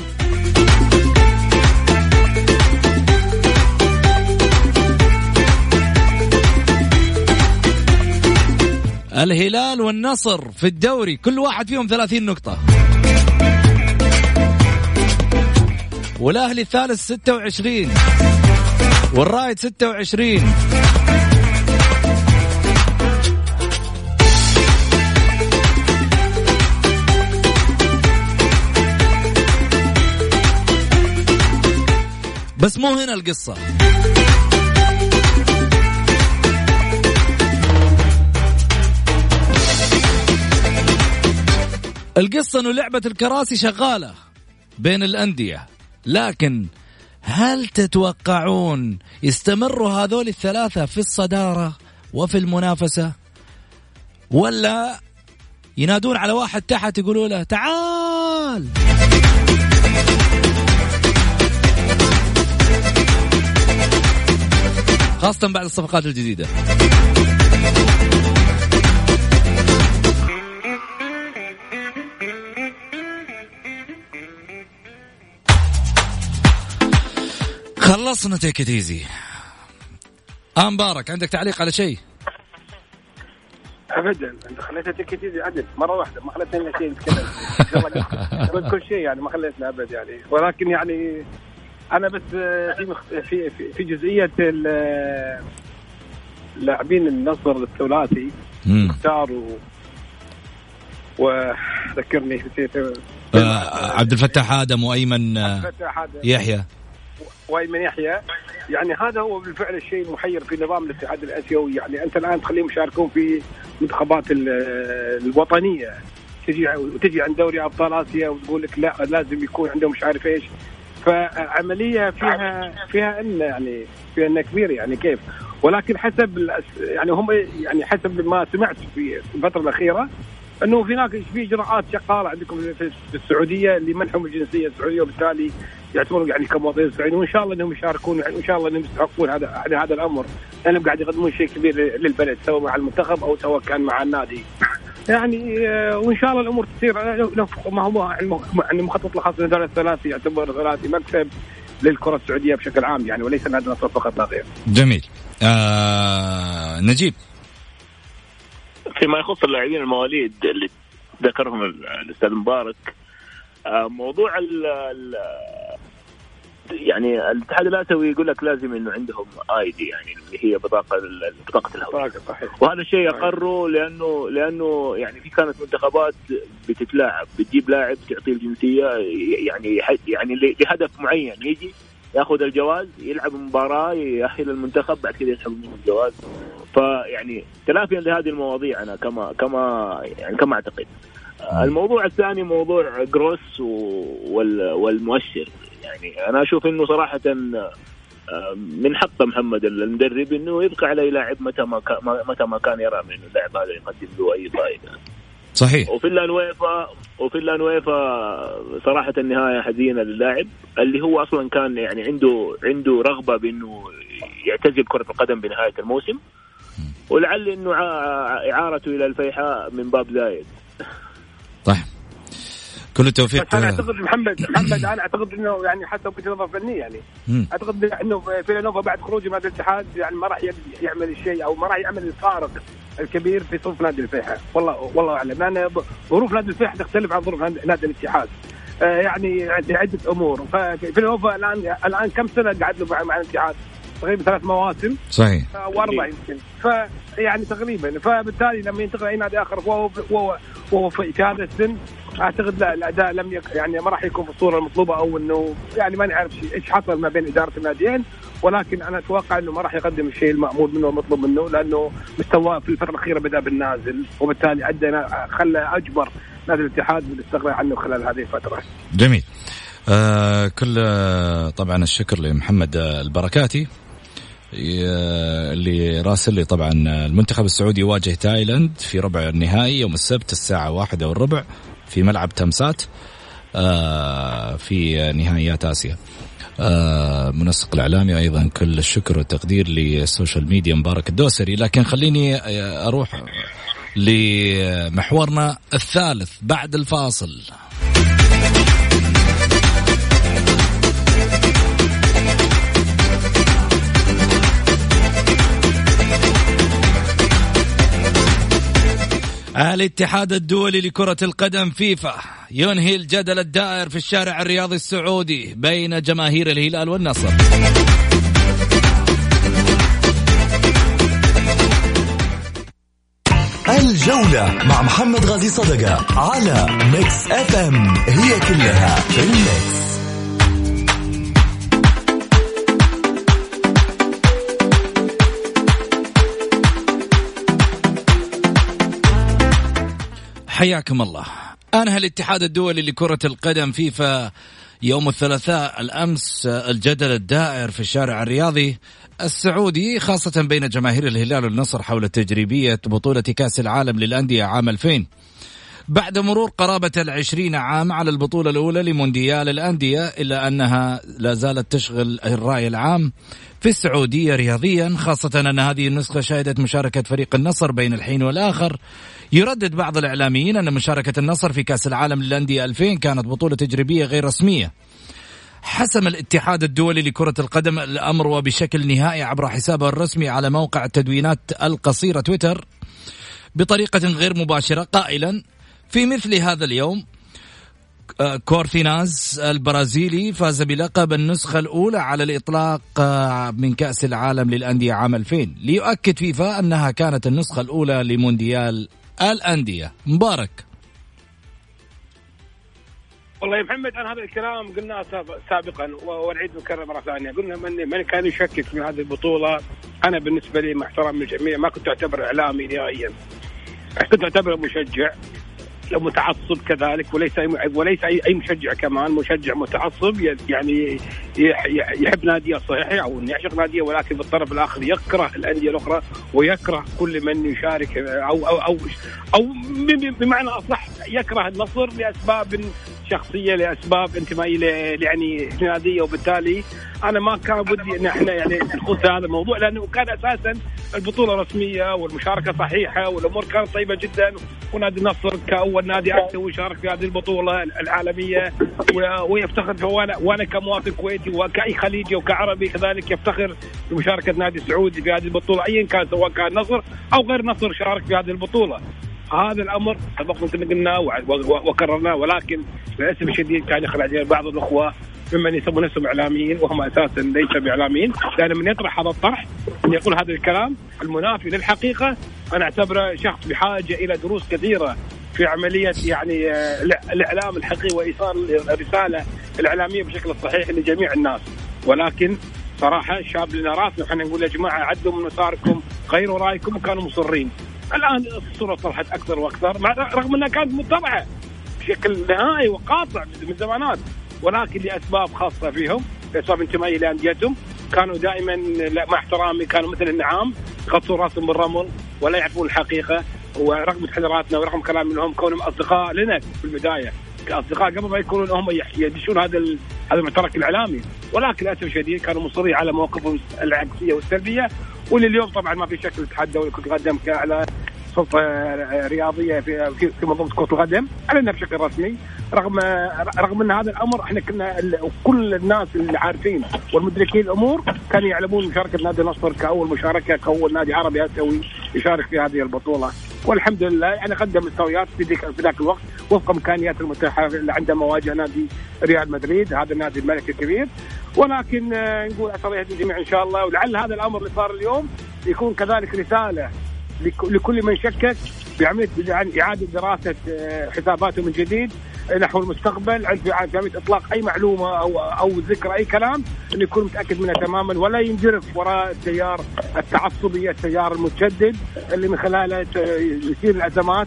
الهلال والنصر في الدوري كل واحد فيهم ثلاثين نقطة، والأهلي الثالث ستة وعشرين، والرايد ستة وعشرين. بس مو هنا القصة. القصة انه لعبة الكراسي شغالة بين الأندية، لكن هل تتوقعون يستمروا هذول الثلاثة في الصدارة وفي المنافسة، ولا ينادون على واحد تحت يقولوا له تعال؟ خاصة بعد الصفقات الجديدة. خلصنا تيك ات ايزي. آه مبارك، عندك تعليق على شيء؟ ابدا انت خليتها تكتيزي عدل مره واحده ما خليتنا لنا شيء نتكلم كل شيء يعني ما خليتنا ابد يعني. ولكن يعني انا بس في مخ... في في جزئيه اللاعبين النصر الثلاثي اختاروا وذكرني آه عبد الفتاح آدم وأيمن يحيى وأيمن يحيى. يعني هذا هو بالفعل الشيء المحير في نظام الاتحاد الآسيوي. يعني أنت الآن تخليهم يشاركون في منتخبات الوطنية تجي وتجي عند دوري أبطال آسيا وتقول لك لا لازم يكون عندهم مش عارف إيش. فعملية فيها فيها إن يعني فيها إن كبير يعني كيف. ولكن حسب يعني هم يعني حسب ما سمعت في الفترة الأخيرة انه في هناك في اجراءات شغاله عندكم في السعوديه اللي منحهم الجنسيه السعوديه وبالتالي يعتبرون يعني كمواطنين سعوديين وان شاء الله انهم يشاركون وان شاء الله انهم يستحقون هذا هذا الامر لانهم قاعد يقدمون شيء كبير للبلد سواء مع المنتخب او سواء كان مع النادي يعني. وان شاء الله الامور تصير ما هو يعني مخطط الخاص بالدوري الثلاثي يعتبر ثلاثي مكسب للكره السعوديه بشكل عام يعني وليس نادي النصر فقط لا غير. جميل. آه نجيب فيما يخص اللاعبين المواليد اللي ذكرهم الأستاذ مبارك موضوع ال يعني الاتحاد الآسيوي يقول لك لازم إنه عندهم آيدي يعني اللي هي بطاقة بطاقة الهوية وهذا الشيء يقره لأنه لأنه يعني في كانت منتخبات بتتلاعب بتجيب لاعب تعطيه الجنسية يعني يعني لهدف معين يجي ياخذ الجواز يلعب مباراة يأهل المنتخب بعد كده يسحب منه الجواز. فيعني تلافيا لهذه المواضيع أنا كما كما يعني كما أعتقد. الموضوع الثاني موضوع جروس والمؤشر يعني أنا أشوف إنه صراحة من حق محمد المدرب إنه يبقى على لاعب متى ما متى ما كان يرى من اللاعب هذا يقدم له أي فائدة. صحيح. وفي الانويفا وفي الانويفا صراحه النهايه حزينه للاعب اللي هو اصلا كان يعني عنده عنده رغبه بانه يعتزل كره القدم بنهايه الموسم ولعل انه اعارته الى الفيحاء من باب زايد. طيب كل التوفيق. انا اعتقد محمد محمد انا اعتقد انه يعني حتى بنظره فنيه يعني م. اعتقد انه في الانوفا بعد خروجه من الاتحاد يعني ما راح يعمل الشيء او ما راح يعمل الفارق الكبير في صفوف نادي الفيحاء والله والله اعلم لان ظروف نادي الفيحاء تختلف عن ظروف نادي الاتحاد آه يعني عده امور. ففي الانوفا الان الان كم سنه قاعد له مع الاتحاد تقريبا ثلاث مواسم صحيح آه واربع يمكن فيعني تقريبا فبالتالي لما ينتقل اي نادي اخر وهو وهو وهو في هذا السن اعتقد لا الاداء لم يك يعني ما راح يكون في الصوره المطلوبه او انه يعني ما نعرف ايش حصل ما بين اداره الناديين. ولكن انا اتوقع انه ما راح يقدم الشيء المأمول منه والمطلوب منه لانه مستواه في الفتره الاخيره بدا بالنازل وبالتالي ادى خلى اجبر نادي الاتحاد بالاستغناء عنه خلال هذه الفتره. جميل. آه كل طبعا الشكر لمحمد البركاتي اللي راسل لي. طبعا المنتخب السعودي يواجه تايلاند في ربع النهائي يوم السبت الساعة واحدة والربع في ملعب تمسات في نهائيات آسيا. منسق الإعلامي أيضا كل الشكر والتقدير للسوشيال ميديا مبارك الدوسري. لكن خليني أروح لمحورنا الثالث بعد الفاصل. الاتحاد الدولي لكرة القدم فيفا ينهي الجدل الدائر في الشارع الرياضي السعودي بين جماهير الهلال والنصر. الجولة مع محمد غازي صدقة على ميكس اف ام هي كلها في الميكس. حياكم الله. أنهى الاتحاد الدولي لكرة القدم فيفا يوم الثلاثاء الأمس الجدل الدائر في الشارع الرياضي السعودي خاصة بين جماهير الهلال والنصر حول تجريبية بطولة كأس العالم للأندية عام ألفين بعد مرور قرابة العشرين عام على البطولة الأولى لمونديال الأندية، إلا أنها لا زالت تشغل الرأي العام في السعودية رياضيا، خاصة أن هذه النسخة شهدت مشاركة فريق النصر بين الحين والآخر. يردد بعض الإعلاميين أن مشاركة النصر في كأس العالم للأندية ألفين كانت بطولة تجريبية غير رسمية. حسم الاتحاد الدولي لكرة القدم الأمر وبشكل نهائي عبر حسابه الرسمي على موقع التدوينات القصيرة تويتر بطريقة غير مباشرة قائلا في مثل هذا اليوم كورتيناز البرازيلي فاز بلقب النسخة الأولى على الإطلاق من كأس العالم للأندية عام ألفين، ليؤكد فيفا أنها كانت النسخة الأولى لمونديال الأندية. مبارك. والله يا محمد أنا هذا الكلام قلناه سابقا ونعيد نكرر مرة ثانية. قلنا من من كان يشكك في هذه البطولة، أنا بالنسبة لي مع احترام الجميع ما كنت أعتبر إعلامي نهائيا، كنت أعتبره مشجع متعصب كذلك، وليس وليس أي أي مشجع كمان، مشجع متعصب يعني يحب ناديه صحيح أو يعشق ناديه، ولكن بالطرف الآخر يكره الأندية الأخرى ويكره كل من يشارك أو أو أو, أو بمعنى أصح يكره النصر لأسباب شخصية، لأسباب انتمائي يعني نادية، وبالتالي أنا ما كان بدي إن إحنا يعني نخوض هذا الموضوع، لأنه كان أساسا البطولة رسمية والمشاركة صحيحة والأمور كانت طيبة جدا، ونادي النصر كأول نادي آسيوي يشارك في هذه البطولة العالمية ويفتخر، وأنا وأنا كمواطن كويتي وكأي خليجي وكعربي كذلك يفتخر بمشاركة نادي سعودي في هذه البطولة أيا كان، سواء كان نصر أو غير نصر شارك في هذه البطولة. هذا الأمر سبق قلنا وكررناه، ولكن للأسف الشديد كان يخرج بعض الأخوة ممن يسمون نفسهم إعلاميين وهم أساسا ليسوا بإعلاميين، لأن من يطرح هذا الطرح أن يقول هذا الكلام المنافي للحقيقة أنا أعتبره شخص بحاجة إلى دروس كثيرة في عملية يعني الإعلام الحقيقي وإيصال الرسالة الإعلامية بشكل صحيح لجميع الناس. ولكن صراحة شاب لنا راسنا وحنا نقول يا جماعة عدوا من مساركم غيروا رأيكم، وكانوا مصرين. الآن الصورة طرحت أكثر وأكثر رغم أنها كانت متبعة بشكل نهائي وقاطع من زمانات، ولكن لأسباب خاصة فيهم، لأسباب انتمائية لأنديتهم، كانوا دائما مع احترامي كانوا مثل النعام يخطوا راسهم بالرمل ولا يعرفون الحقيقة، ورغم تحذيراتنا ورغم كلام منهم كونهم أصدقاء لنا في البداية كأصدقاء قبل ما يكونون هم يدشون هذا هذا المعترك الإعلامي، ولكن للأسف الشديد كانوا مصرين على مواقفهم العكسية والسلبية، واللي اليوم طبعا ما في شكل تحدى وكنت قدم على سلطة رياضية في في منظومة كرة القدم علينا بشكل رسمي، رغم رغم أن هذا الأمر احنا كنا كل الناس اللي عارفين والمدركين الأمور كانوا يعلمون مشاركة نادي النصر كأول مشاركة كأول نادي عربي آسيوي يشارك في هذه البطولة، والحمد لله يعني قدم مستويات في ذاك الوقت وفق إمكانيات المتاحة عندما واجه نادي ريال مدريد، هذا النادي الملك الكبير. ولكن نقول أسأل يهدي الجميع إن شاء الله، ولعل هذا الأمر اللي صار اليوم يكون كذلك رسالة لكل من شكك بعملية إعادة دراسة حساباته من جديد نحو المستقبل، في عملية إطلاق أي معلومة أو أو ذكر أي كلام إنه يكون متأكد منها تماما، ولا ينجرف وراء التيار التعصبي التيار المتشدد اللي من خلاله يثير الأزمات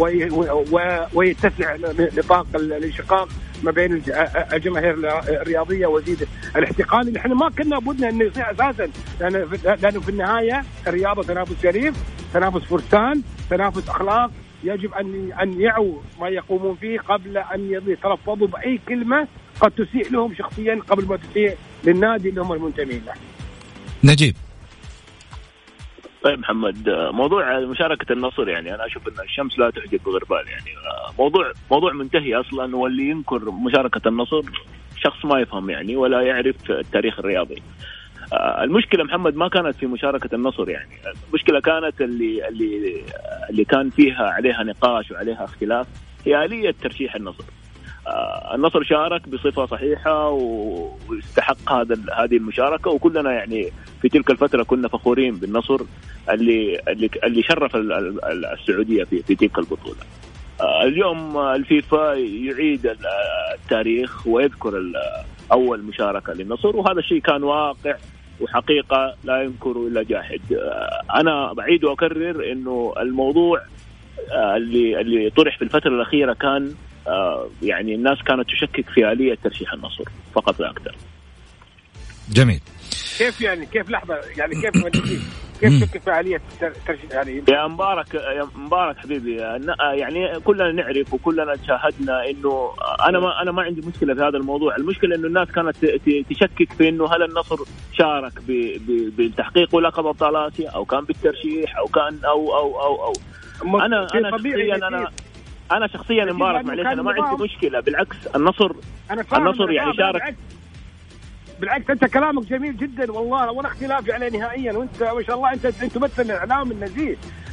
ويتسع نطاق الانشقاق ما بين الجماهير الرياضية وزيد الاحتقان اللي احنا ما كنا بدنا انه يصير اساسا، لانه في النهاية الرياضة تنافس شريف، تنافس فرسان، تنافس اخلاق، يجب ان ان يعوا ما يقومون فيه قبل ان يتلفظوا باي كلمة قد تسيء لهم شخصيا قبل ما تسيء للنادي اللي هم المنتمين له. نجيب. طيب محمد، موضوع مشاركة النصر يعني أنا أشوف أن الشمس لا تحجب بغربال، يعني موضوع موضوع منتهي أصلا، واللي ينكر مشاركة النصر شخص ما يفهم يعني ولا يعرف التاريخ الرياضي. المشكلة محمد ما كانت في مشاركة النصر، يعني المشكلة كانت اللي اللي اللي كان فيها عليها نقاش وعليها اختلاف هي آلية ترشيح النصر. النصر شارك بصفة صحيحة واستحق هذا هذه المشاركة، وكلنا يعني في تلك الفترة كنا فخورين بالنصر اللي اللي اللي شرف السعودية في في تلك البطولة. اليوم الفيفا يعيد التاريخ ويذكر أول مشاركة للنصر، وهذا الشيء كان واقع وحقيقة لا ينكر إلا جاحد. أنا بعيد وأكرر إنه الموضوع اللي اللي طرح في الفترة الأخيرة كان يعني الناس كانت تشكك في آلية ترشيح النصر فقط لا أكثر. جميل. كيف يعني كيف لحظة يعني كيف كيف تشكك في آلية ترشيح يعني يا مبارك يا مبارك حبيبي، يعني كلنا نعرف وكلنا شاهدنا إنه أنا ما أنا ما عندي مشكلة في هذا الموضوع، المشكلة إنه الناس كانت تشكك في إنه هل النصر شارك بالتحقيق لقب أبطال آسيا أو كان بالترشيح أو كان أو أو أو, أو. أنا أنا شخصيا أنا أنا شخصيا مبارك معلش أنا ما عندي مشكلة، بالعكس النصر النصر يعني شارك. بالعكس, بالعكس أنت كلامك جميل جدا والله ولا اختلاف عليه نهائيا، وأنت ما شاء الله أنت أنت تمثل الإعلام النزيه،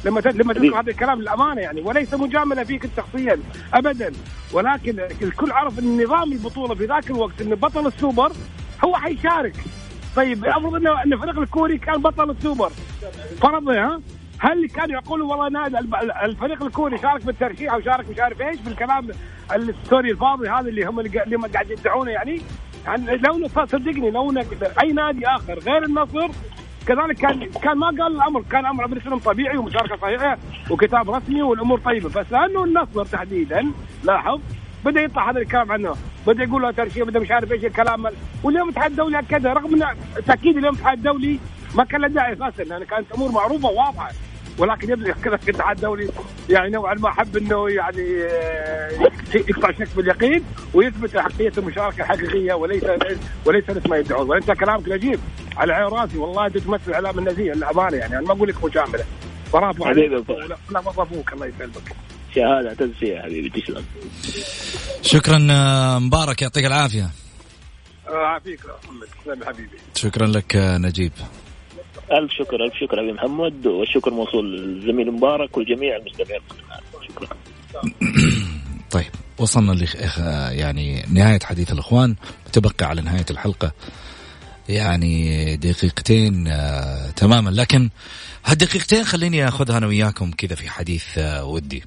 لما لما تذكر هذا الكلام للأمانة يعني، وليس مجاملة فيك شخصيا أبدا، ولكن الكل عرف ان نظام البطولة في ذاك الوقت ان بطل السوبر هو حيشارك. طيب افرض انه ان الفريق الكوري كان بطل السوبر، فرضنا ها هل كانوا يقولوا والله نادي الفريق الكوري شارك بالترشيح او شارك مش عارف ايش بالكلام الستوري الفاضي هذا اللي هم اللي هم قاعد يدعونه يعني؟ يعني لو صدقني لو اي نادي اخر غير النصر كذلك كان كان ما قال الامر، كان امر بالنسبه لهم طبيعي ومشاركه صحيحه وكتاب رسمي والامور طيبه، بس لانه النصر تحديدا لاحظ بدا يطلع هذا الكلام عنه، بدا يقول له ترشيح، بدا مش عارف ايش الكلام. واليوم الاتحاد الدولي كذا، رغم ان تاكيد اليوم الاتحاد الدولي ما كان له داعي اساسا لان كانت امور معروفه وواضحه، ولكن يبدو كذا الاتحاد الدولي يعني نوعا ما حب انه يعني يقطع شك باليقين ويثبت حقيقه المشاركه الحقيقيه وليس وليس مثل ما يدعون. وانت كلامك نجيب على عين راسي، والله انت تمثل اعلام النزيه الامانه يعني، انا ما اقول لك مجامله، برافو عليك، لا برافوك الله يسلمك، شهاده اعتز فيها حبيبي، تسلم. شكرا مبارك، يعطيك العافيه. عافيك محمد، تسلم حبيبي. شكرا لك نجيب. ألف شكر ألف شكر أبي محمد، والشكر موصول للزميل مبارك والجميع المستمعين. شكرا. طيب وصلنا ل يعني نهاية حديث الأخوان، تبقى على نهاية الحلقة يعني دقيقتين آه تماما، لكن هالدقيقتين خليني أخذها أنا وياكم كذا في حديث آه ودي.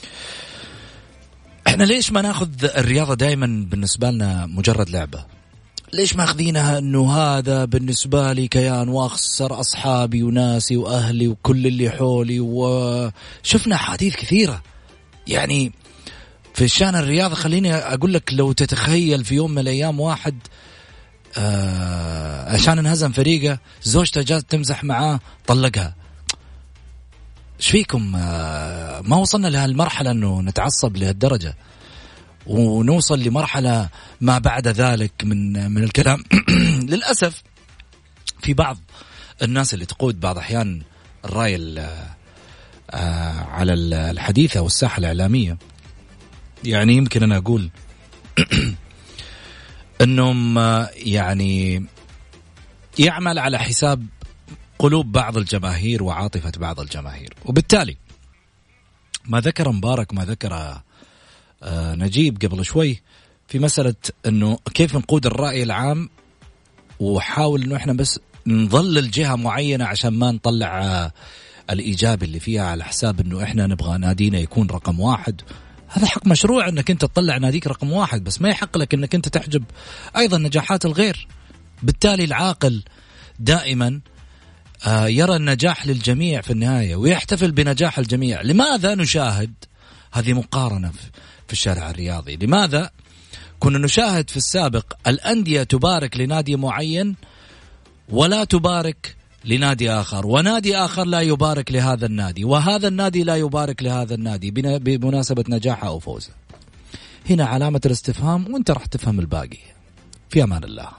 إحنا ليش ما نأخذ الرياضة دائما بالنسبة لنا مجرد لعبة؟ ليش ما أخذينها أنه هذا بالنسبة لي كيان وأخسر أصحابي وناسي وأهلي وكل اللي حولي؟ وشفنا حديث كثيرة يعني في الشان الرياضة. خليني أقول لك لو تتخيل في يوم من الأيام واحد آه عشان انهزم فريقه زوجته جات تمزح معاه طلقها، ايش فيكم؟ آه ما وصلنا لهالمرحلة أنه نتعصب لهالدرجة ونوصل لمرحلة ما بعد ذلك من من الكلام. للأسف في بعض الناس اللي تقود بعض أحيان الرأي على الحديثة والساحة الإعلامية، يعني يمكن أنا أقول أنهم يعني يعمل على حساب قلوب بعض الجماهير وعاطفة بعض الجماهير، وبالتالي ما ذكر مبارك ما ذكر آه نجيب قبل شوي في مسألة أنه كيف نقود الرأي العام وحاول أنه إحنا بس نظلل جهة معينة عشان ما نطلع آه الإيجابي اللي فيها على حساب أنه إحنا نبغى نادينا يكون رقم واحد. هذا حق مشروع أنك أنت تطلع ناديك رقم واحد، بس ما يحق لك أنك أنت تحجب أيضا نجاحات الغير. بالتالي العاقل دائما آه يرى النجاح للجميع في النهاية ويحتفل بنجاح الجميع. لماذا نشاهد هذه مقارنة في الشارع الرياضي؟ لماذا كنا نشاهد في السابق الأندية تبارك لنادي معين ولا تبارك لنادي آخر، ونادي آخر لا يبارك لهذا النادي، وهذا النادي لا يبارك لهذا النادي بمناسبة نجاحه أو فوزه؟ هنا علامة الاستفهام، وانت راح تفهم الباقي. في أمان الله.